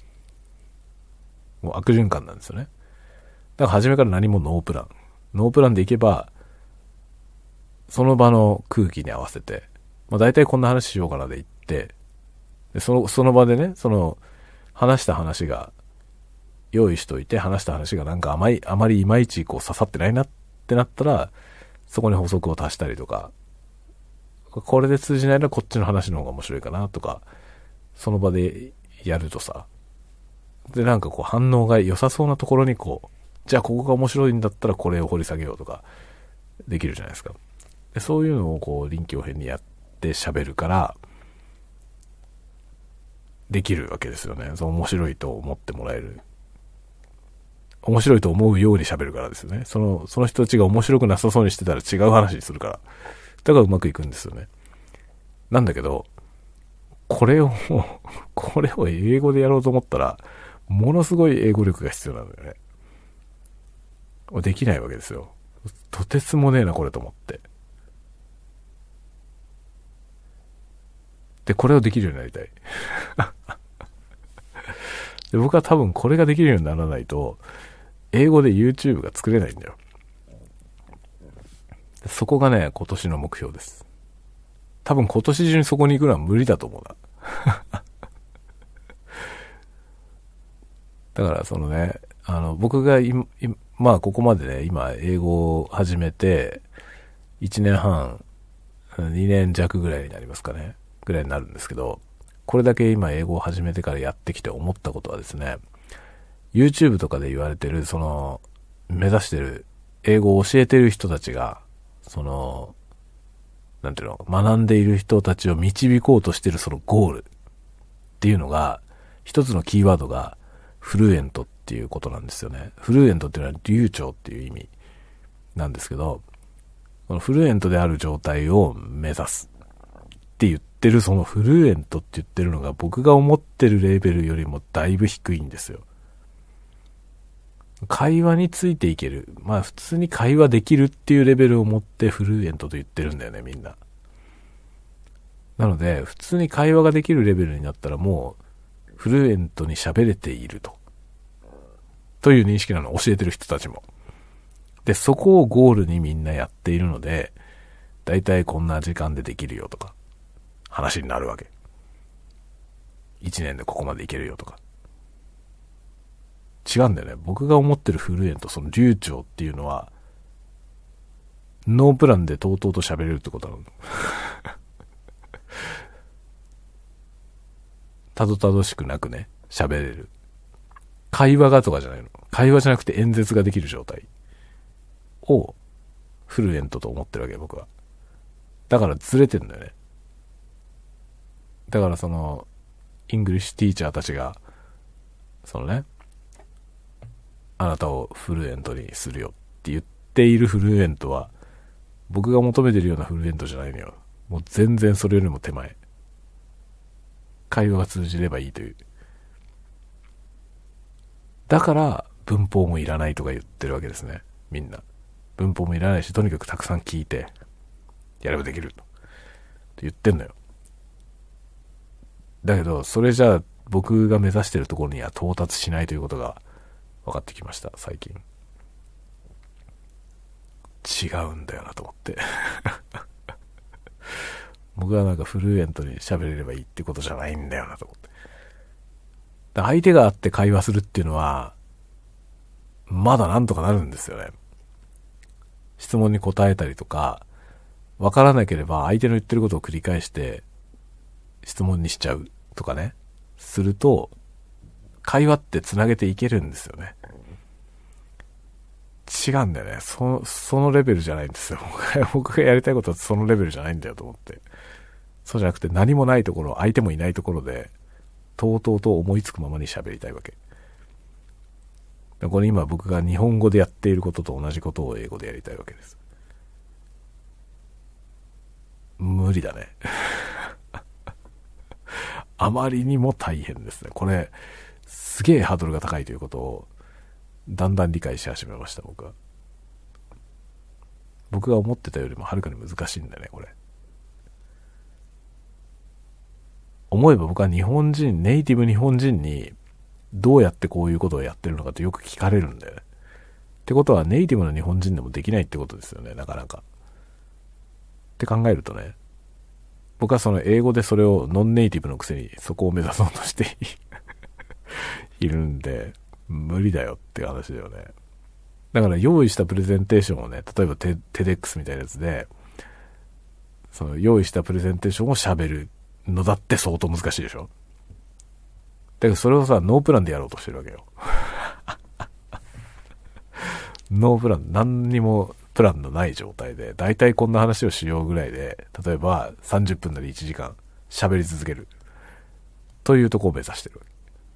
もう悪循環なんですよね。だから初めから何もノープラン。ノープランでいけば、その場の空気に合わせて、まあ大体こんな話しようかなで言って、でその、その場でね、その、話した話が、用意しといて話した話がなんかあまり、あまりいまいちこう刺さってないなってなったら、そこに補足を足したりとか、これで通じないならこっちの話の方が面白いかなとか、その場でやるとさ、でなんかこう反応が良さそうなところにこう、じゃあここが面白いんだったらこれを掘り下げようとか、できるじゃないですか。でそういうのをこう臨機応変にやって喋るから、できるわけですよね。そう面白いと思ってもらえる。面白いと思うように喋るからですよね。その、その人たちが面白くなさそうにしてたら違う話にするから。だからうまくいくんですよね。 なんだけど、これを、これを英語でやろうと思ったら、ものすごい英語力が必要なんだよね。できないわけですよ。とてつもねえな、これと思って。で、これをできるようになりたい。で、僕は多分これができるようにならないと、英語で YouTube が作れないんだよ。そこがね、今年の目標です。多分今年中にそこに行くのは無理だと思うな。だからそのね、あの、僕が今、まあここまでね、今英語を始めて、いちねんはん、にねん弱ぐらいになりますかね。ぐらいになるんですけど、これだけ今英語を始めてからやってきて思ったことはですね、YouTube とかで言われてる、その、目指してる、英語を教えてる人たちが、その、なんていうの、学んでいる人たちを導こうとしてるそのゴールっていうのが、一つのキーワードが、フルエントっていうことなんですよね。フルエントっていうのは流暢っていう意味なんですけど、このフルエントである状態を目指すって言ってる、そのフルエントって言ってるのが僕が思ってるレベルよりもだいぶ低いんですよ。会話についていける。まあ普通に会話できるっていうレベルを持ってフルエントと言ってるんだよね、みんな。なので、普通に会話ができるレベルになったらもう、フルエントに喋れていると。という認識なの、教えてる人たちも。で、そこをゴールにみんなやっているので、だいたいこんな時間でできるよとか、話になるわけ。一年でここまでいけるよとか。違うんだよね。僕が思ってるフルエント、その流暢っていうのは、ノープランでとうとうと喋れるってことなの。たどたどしくなくね、喋れる。会話がとかじゃないの。会話じゃなくて演説ができる状態をフルエントと思ってるわけ、僕は。だからずれてんだよね。だからその、イングリッシュティーチャーたちが、そのね、あなたをフルエントにするよって言っているフルエントは、僕が求めてるようなフルエントじゃないのよ。もう全然それよりも手前。会話が通じればいいという。だから文法もいらないとか言ってるわけですね。みんな。文法もいらないし、とにかくたくさん聞いて、やればできると。って言ってんのよ。だけど、それじゃあ僕が目指してるところには到達しないということが分かってきました、最近。違うんだよなと思って。僕はなんかフルエントに喋れればいいってことじゃないんだよなと思って。相手があって会話するっていうのは、まだなんとかなるんですよね。質問に答えたりとか、わからなければ相手の言ってることを繰り返して、質問にしちゃうとかね。すると、会話ってつなげていけるんですよね。違うんだよね。そ、そのレベルじゃないんですよ。僕がやりたいことはそのレベルじゃないんだよと思って。そうじゃなくて何もないところ、相手もいないところで、とうとうと思いつくままに喋りたいわけ。これ今僕が日本語でやっていることと同じことを英語でやりたいわけです。無理だね。あまりにも大変ですね。これ、すげえハードルが高いということを、だんだん理解し始めました、僕は。僕が思ってたよりもはるかに難しいんだよね、これ。思えば僕は日本人、ネイティブ日本人に、どうやってこういうことをやってるのかってよく聞かれるんだよね。ってことはネイティブの日本人でもできないってことですよね、なかなか。って考えるとね、僕はその英語でそれをノンネイティブのくせにそこを目指そうとしているんで、無理だよって話だよね。だから用意したプレゼンテーションをね、例えばテ、テデックスみたいなやつで、その用意したプレゼンテーションを喋るのだって相当難しいでしょ。だけどそれをさ、ノープランでやろうとしてるわけよ。ノープラン、何にもプランのない状態で、だいたいこんな話をしようぐらいで、例えばさんじゅっぷんなりいちじかん喋り続ける。というとこを目指してるわけ。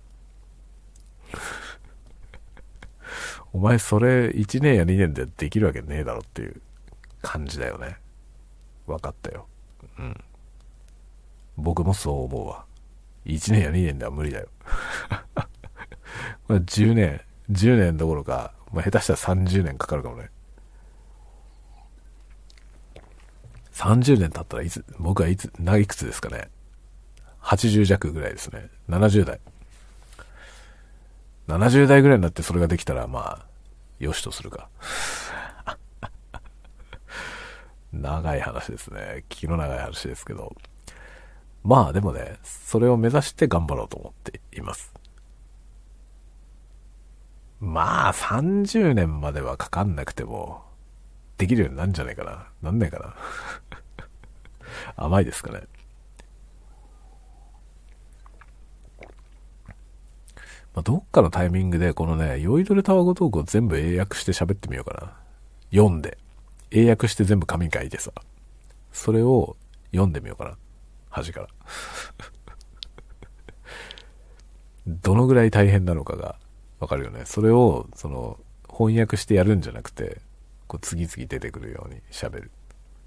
お前それいちねんやにねんでできるわけねえだろっていう感じだよね。分かったよ。うん。 僕もそう思うわ。いちねんやにねんでは無理だよ。これじゅうねん、じゅうねんどころか、まあ、下手したらさんじゅうねんかかるかもね。さんじゅうねん経ったらいつ、僕はいつ、ないくつですかね。はちじゅう弱ぐらいですね。ななじゅう代。ななじゅう代ぐらいになってそれができたら、まあ、よしとするか。長い話ですね。気の長い話ですけど。まあでもね、それを目指して頑張ろうと思っています。まあさんじゅうねんまではかかんなくても、できるようになるんじゃないかな。なんないかな。甘いですかね。まあ、どっかのタイミングでこのね、酔いどれタワゴトークを全部英訳して喋ってみようかな。読んで。英訳して全部紙に書いてさ。それを読んでみようかな。端から。どのぐらい大変なのかがわかるよね。それを、その、翻訳してやるんじゃなくて、こう次々出てくるように喋る。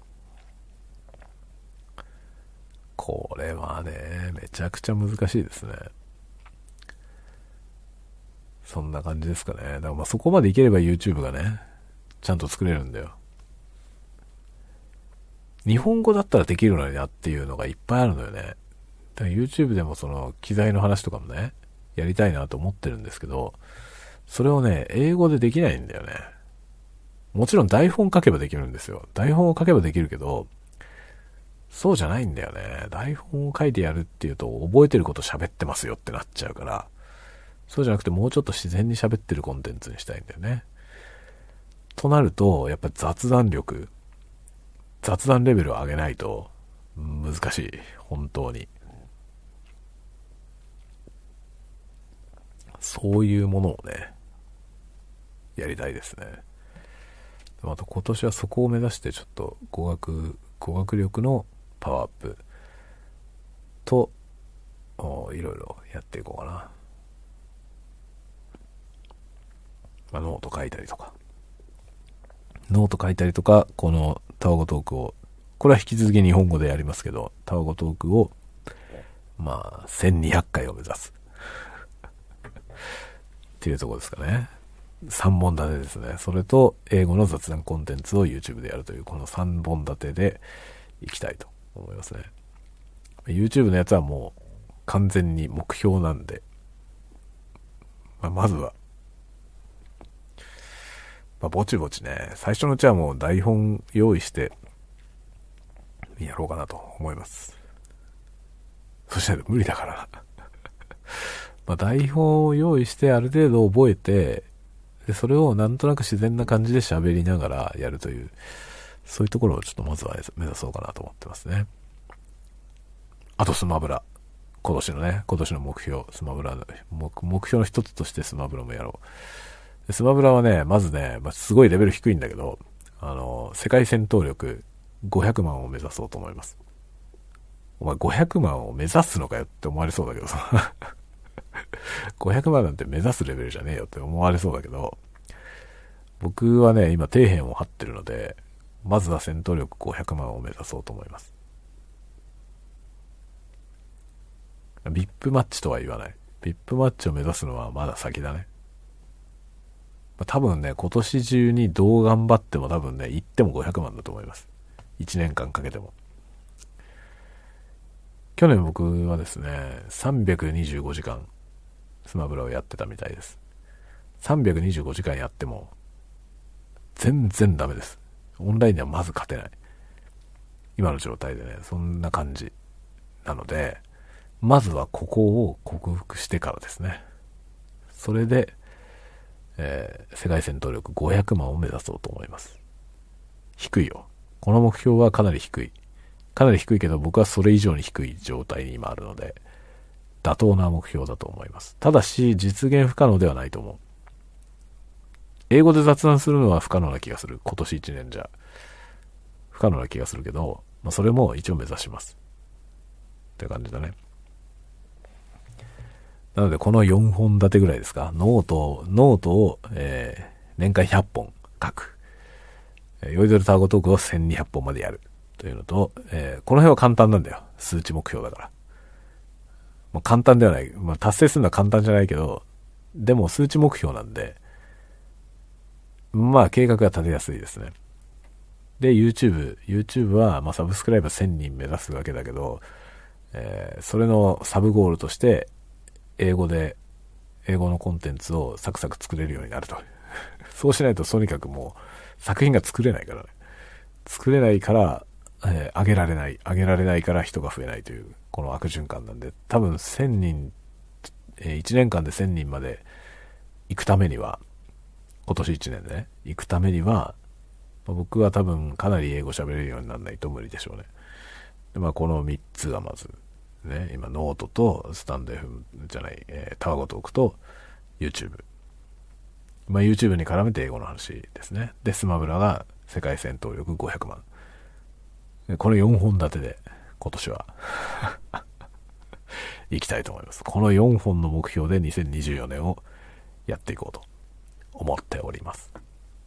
これはね、めちゃくちゃ難しいですね。そんな感じですかね。だからまあそこまでいければ YouTube がね、ちゃんと作れるんだよ。日本語だったらできるのになっていうのがいっぱいあるのよね。だから YouTube でもその機材の話とかもね、やりたいなと思ってるんですけど、それをね、英語でできないんだよね。もちろん台本書けばできるんですよ。台本を書けばできるけど、そうじゃないんだよね。台本を書いてやるっていうと、覚えてること喋ってますよってなっちゃうから、そうじゃなくてもうちょっと自然に喋ってるコンテンツにしたいんだよね。となると、やっぱ雑談力、雑談レベルを上げないと難しい。本当に。そういうものをね、やりたいですね。あと今年はそこを目指してちょっと語学、語学力のパワーアップと、いろいろやっていこうかな。まあ、ノート書いたりとか。ノート書いたりとか、このタワゴトークを、これは引き続き日本語でやりますけど、タワゴトークを、まあ、せんにひゃっかいを目指す。っていうところですかね。さんぼん立てですね。それと、英語の雑談コンテンツを YouTube でやるという、このさんぼん立てでいきたいと思いますね。YouTube のやつはもう完全に目標なんで、まあ、まずは、まあ、ぼちぼちね、最初のうちはもう台本用意してやろうかなと思います。そしたら無理だからまあ台本を用意してある程度覚えて、でそれをなんとなく自然な感じで喋りながらやるという、そういうところをちょっとまずは目指そうかなと思ってますね。あとスマブラ、今年のね、今年の目標、スマブラの目標の一つとしてスマブラもやろう。スマブラはね、まずね、まあ、すごいレベル低いんだけど、あの、世界戦闘力ごひゃくまんを目指そうと思います。お前ごひゃくまんを目指すのかよって思われそうだけどさ。ごひゃくまんなんて目指すレベルじゃねえよって思われそうだけど、僕はね、今底辺を張ってるので、まずは戦闘力ごひゃくまんを目指そうと思います。ビップマッチとは言わない。ビップマッチを目指すのはまだ先だね。多分ね、今年中にどう頑張っても多分ね、行ってもごひゃくまんだと思います。いちねんかんかけても。去年僕はですね、さんびゃくにじゅうごじかんスマブラをやってたみたいです。さんびゃくにじゅうごじかんやっても、全然ダメです。オンラインではまず勝てない。今の状態でね、そんな感じ。なので、まずはここを克服してからですね。それで、えー、世界戦闘力ごひゃくまんを目指そうと思います。低いよ。この目標はかなり低い。かなり低いけど僕はそれ以上に低い状態に今あるので、妥当な目標だと思います。ただし、実現不可能ではないと思う。英語で雑談するのは不可能な気がする。今年いちねんじゃ。不可能な気がするけど、まあ、それも一応目指します。って感じだね。なのでこのよんほん立てぐらいですか。ノート、ノートを、えー、年間ひゃっぽん書く。酔いどれタワゴトークをせんにひゃっぽんまでやる。 というのと、えー、この辺は簡単なんだよ。数値目標だから。まあ、簡単ではない。まあ、達成するのは簡単じゃないけど、でも数値目標なんで、まあ計画が立てやすいですね。で、YouTube。YouTube は、まあサブスクライバーせんにん目指すわけだけど、えー、それのサブゴールとして、英語で、英語のコンテンツをサクサク作れるようになると。そうしないととにかくもう作品が作れないからね。作れないから、えー、上げられない。上げられないから人が増えないという、この悪循環なんで、多分せんにん、えー、いちねんかんでせんにんまで行くためには、今年いちねんでね、行くためには、まあ、僕は多分かなり英語喋れるようにならないと無理でしょうね。で、まあこのみっつがまず、ね、今ノートとスタンド エフエム じゃない、えー、タワゴトークと YouTube。まあ YouTube に絡めて英語の話ですね。で、スマブラが世界戦闘力ごひゃくまん。でこれよんほん立てで今年は行きたいと思います。このよんほんの目標でにせんにじゅうよねんをやっていこうと思っております。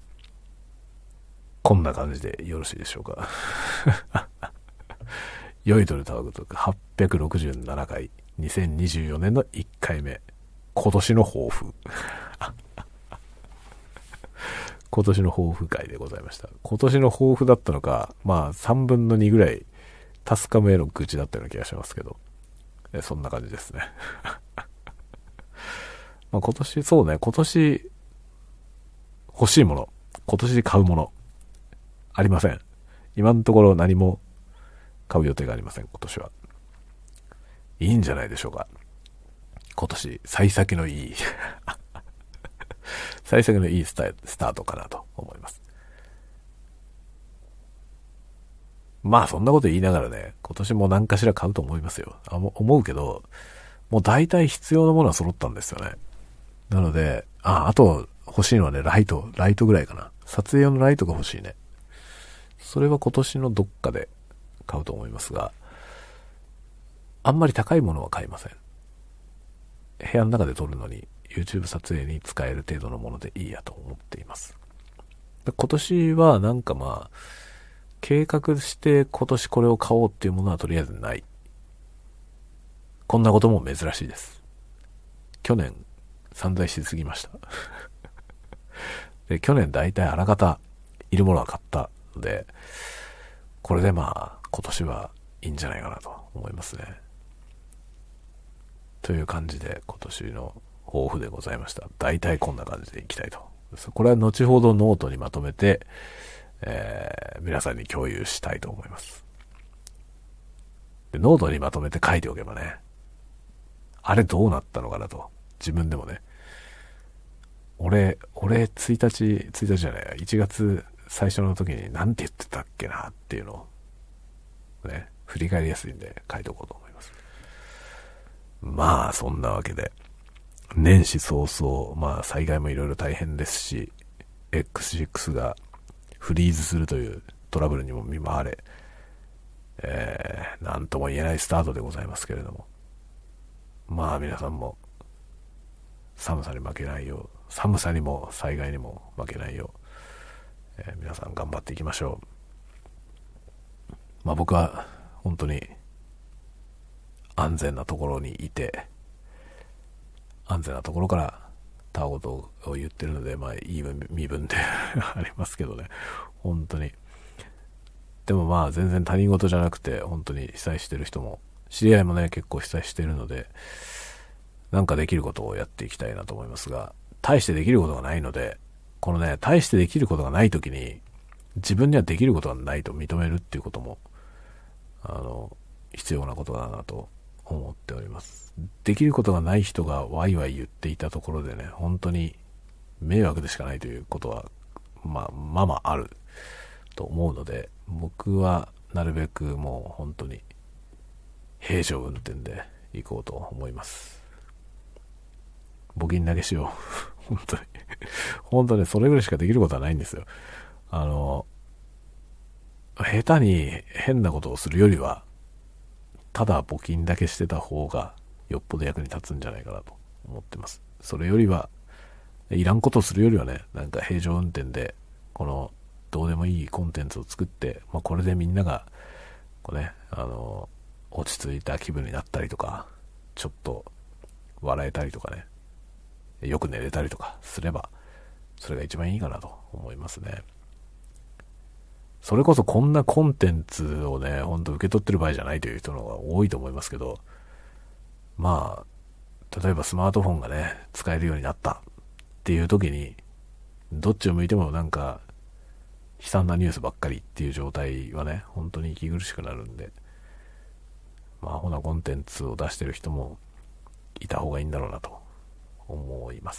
こんな感じでよろしいでしょうか。酔いどれタワゴトークはっぴゃくろくじゅうななかい、にせんにじゅうよねんのいっかいめ、今年の抱負。今年の抱負会でございました。今年の抱負だったのか、まあさんぶんのにぐらいタスカムへの愚痴だったような気がしますけど、そんな感じですね。まあ今年、そうね、今年欲しいもの、今年買うもの、ありません。今のところ何も買う予定がありません、今年は。いいんじゃないでしょうか。今年、幸先のいい、幸先のいいスタスタートかなと思います。まあそんなこと言いながらね、今年も何かしら買うと思いますよ。あ思うけど、もう大体必要なものは揃ったんですよね。なので、あ、あと欲しいのはね、ライト、ライトぐらいかな。撮影用のライトが欲しいね。それは今年のどっかで買うと思いますが、あんまり高いものは買いません。部屋の中で撮るのに YouTube 撮影に使える程度のものでいいやと思っています。で今年はなんかまあ、計画して今年これを買おうっていうものはとりあえずない。こんなことも珍しいです。去年散財しすぎました。で去年だいたいあらかたいるものは買ったので、これでまあ今年はいいんじゃないかなと思いますね。という感じで今年の抱負でございました。だいたいこんな感じでいきたいと。これは後ほどノートにまとめて、えー、皆さんに共有したいと思います。でノートにまとめて書いておけばね、あれどうなったのかなと、自分でもね、俺、俺ついたち、ついたちじゃないや、いちがつ最初の時に何て言ってたっけなっていうのをね、振り返りやすいんで書いておこうと思います。まあそんなわけで、年始早々、まあ災害もいろいろ大変ですし、エックスシックス がフリーズするというトラブルにも見舞われ、えー、なんとも言えないスタートでございますけれども、まあ皆さんも寒さに負けないよう、寒さにも災害にも負けないよう、えー、皆さん頑張っていきましょう。まあ僕は本当に安全なところにいて、安全なところからたわごとを言ってるので、まあいい身分でありますけどね、本当に。でもまあ全然他人事じゃなくて、本当に被災してる人も、知り合いもね結構被災してるので、なんかできることをやっていきたいなと思いますが、大してできることがないので、このね、大してできることがないときに、自分にはできることがないと認めるっていうことも、あの、必要なことだなと思っております。できることがない人がワイワイ言っていたところでね、本当に迷惑でしかないということは、まあ、まあまああると思うので、僕はなるべくもう本当に平常運転で行こうと思います。募金投げしよう。本当に。本当にそれぐらいしかできることはないんですよ。あの、下手に変なことをするよりは、ただ募金だけしてた方がよっぽど役に立つんじゃないかなと思ってます。それよりは、いらんことをするよりはね、なんか平常運転で、このどうでもいいコンテンツを作って、まあ、これでみんながこうね、あの落ち着いた気分になったりとか、ちょっと笑えたりとかね、よく寝れたりとかすれば、それが一番いいかなと思いますね。それこそこんなコンテンツをね、ほんと受け取ってる場合じゃないという人の方が多いと思いますけど、まあ例えばスマートフォンがね使えるようになったっていう時に、どっちを向いてもなんか悲惨なニュースばっかりっていう状態はね、本当に息苦しくなるんで、まあアホなコンテンツを出してる人もいた方がいいんだろうなと思います。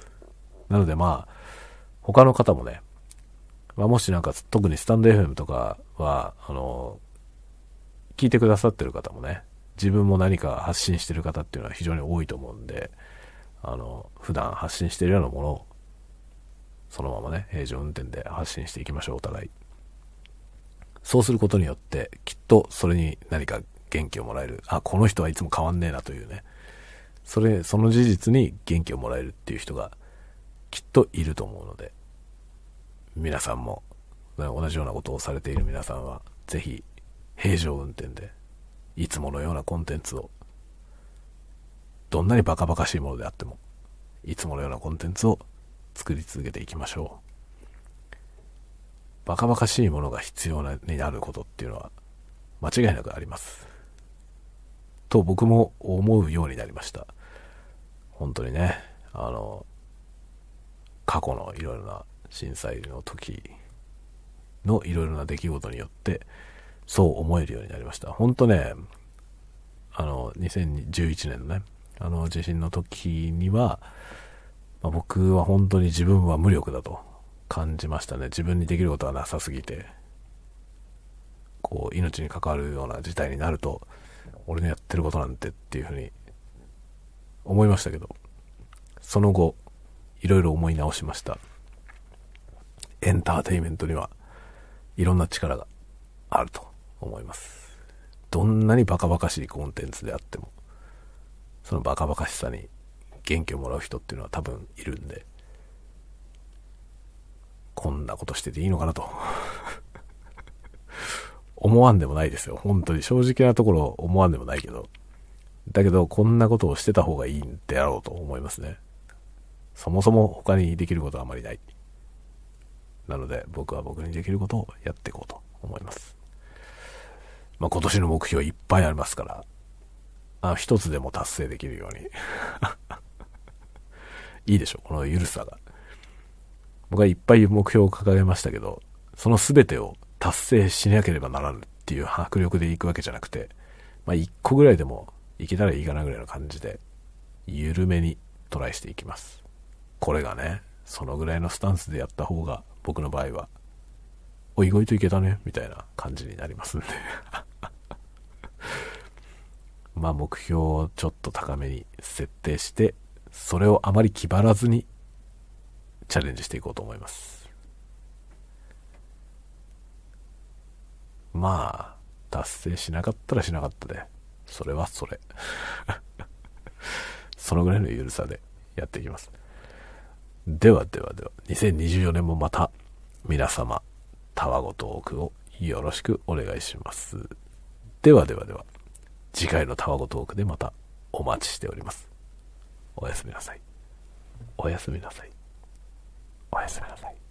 なのでまあ他の方もね、まあ、もしなんか特にスタンド エフエム とかはあの聞いてくださってる方もね、自分も何か発信してる方っていうのは非常に多いと思うんで、あの普段発信してるようなものをそのままね平常運転で発信していきましょう。お互いそうすることによってきっとそれに何か元気をもらえる、あ、この人はいつも変わんねえなというね、それその事実に元気をもらえるっていう人がきっといると思うので、皆さんも同じようなことをされている皆さんはぜひ平常運転でいつものようなコンテンツを、どんなにバカバカしいものであってもいつものようなコンテンツを作り続けていきましょう。バカバカしいものが必要になることっていうのは間違いなくありますと僕も思うようになりました。本当にね、あの過去のいろいろな震災の時のいろいろな出来事によってそう思えるようになりました。本当ね、あのにせんじゅういちねんのねあの地震の時には、まあ、僕は本当に自分は無力だと感じましたね。自分にできることはなさすぎて、こう命に関わるような事態になると俺のやってることなんてっていうふうに思いましたけど、その後いろいろ思い直しました。エンターテインメントにはいろんな力があると思います。どんなにバカバカしいコンテンツであっても、そのバカバカしさに元気をもらう人っていうのは多分いるんで、こんなことしてていいのかなと思わんでもないですよ。本当に正直なところ思わんでもないけど、だけどこんなことをしてた方がいいんであろうと思いますね。そもそも他にできることはあまりない。なので僕は僕にできることをやっていこうと思います。まあ今年の目標いっぱいありますから、あ一つでも達成できるようにいいでしょう、このゆるさが。僕はいっぱい目標を掲げましたけど、その全てを達成しなければならぬっていう迫力でいくわけじゃなくて、まあ一個ぐらいでもいけたらいいかなぐらいの感じで緩めにトライしていきます。これがね、そのぐらいのスタンスでやった方が僕の場合はお意外といけたねみたいな感じになりますんでまあ目標をちょっと高めに設定して、それをあまり気張らずにチャレンジしていこうと思います。まあ達成しなかったらしなかったで、それはそれそのぐらいの緩さでやっていきます。ではではでは、にせんにじゅうよねんもまた皆様たわごトークをよろしくお願いします。ではではでは、次回のたわごトークでまたお待ちしております。おやすみなさい。おやすみなさい。おやすみなさい。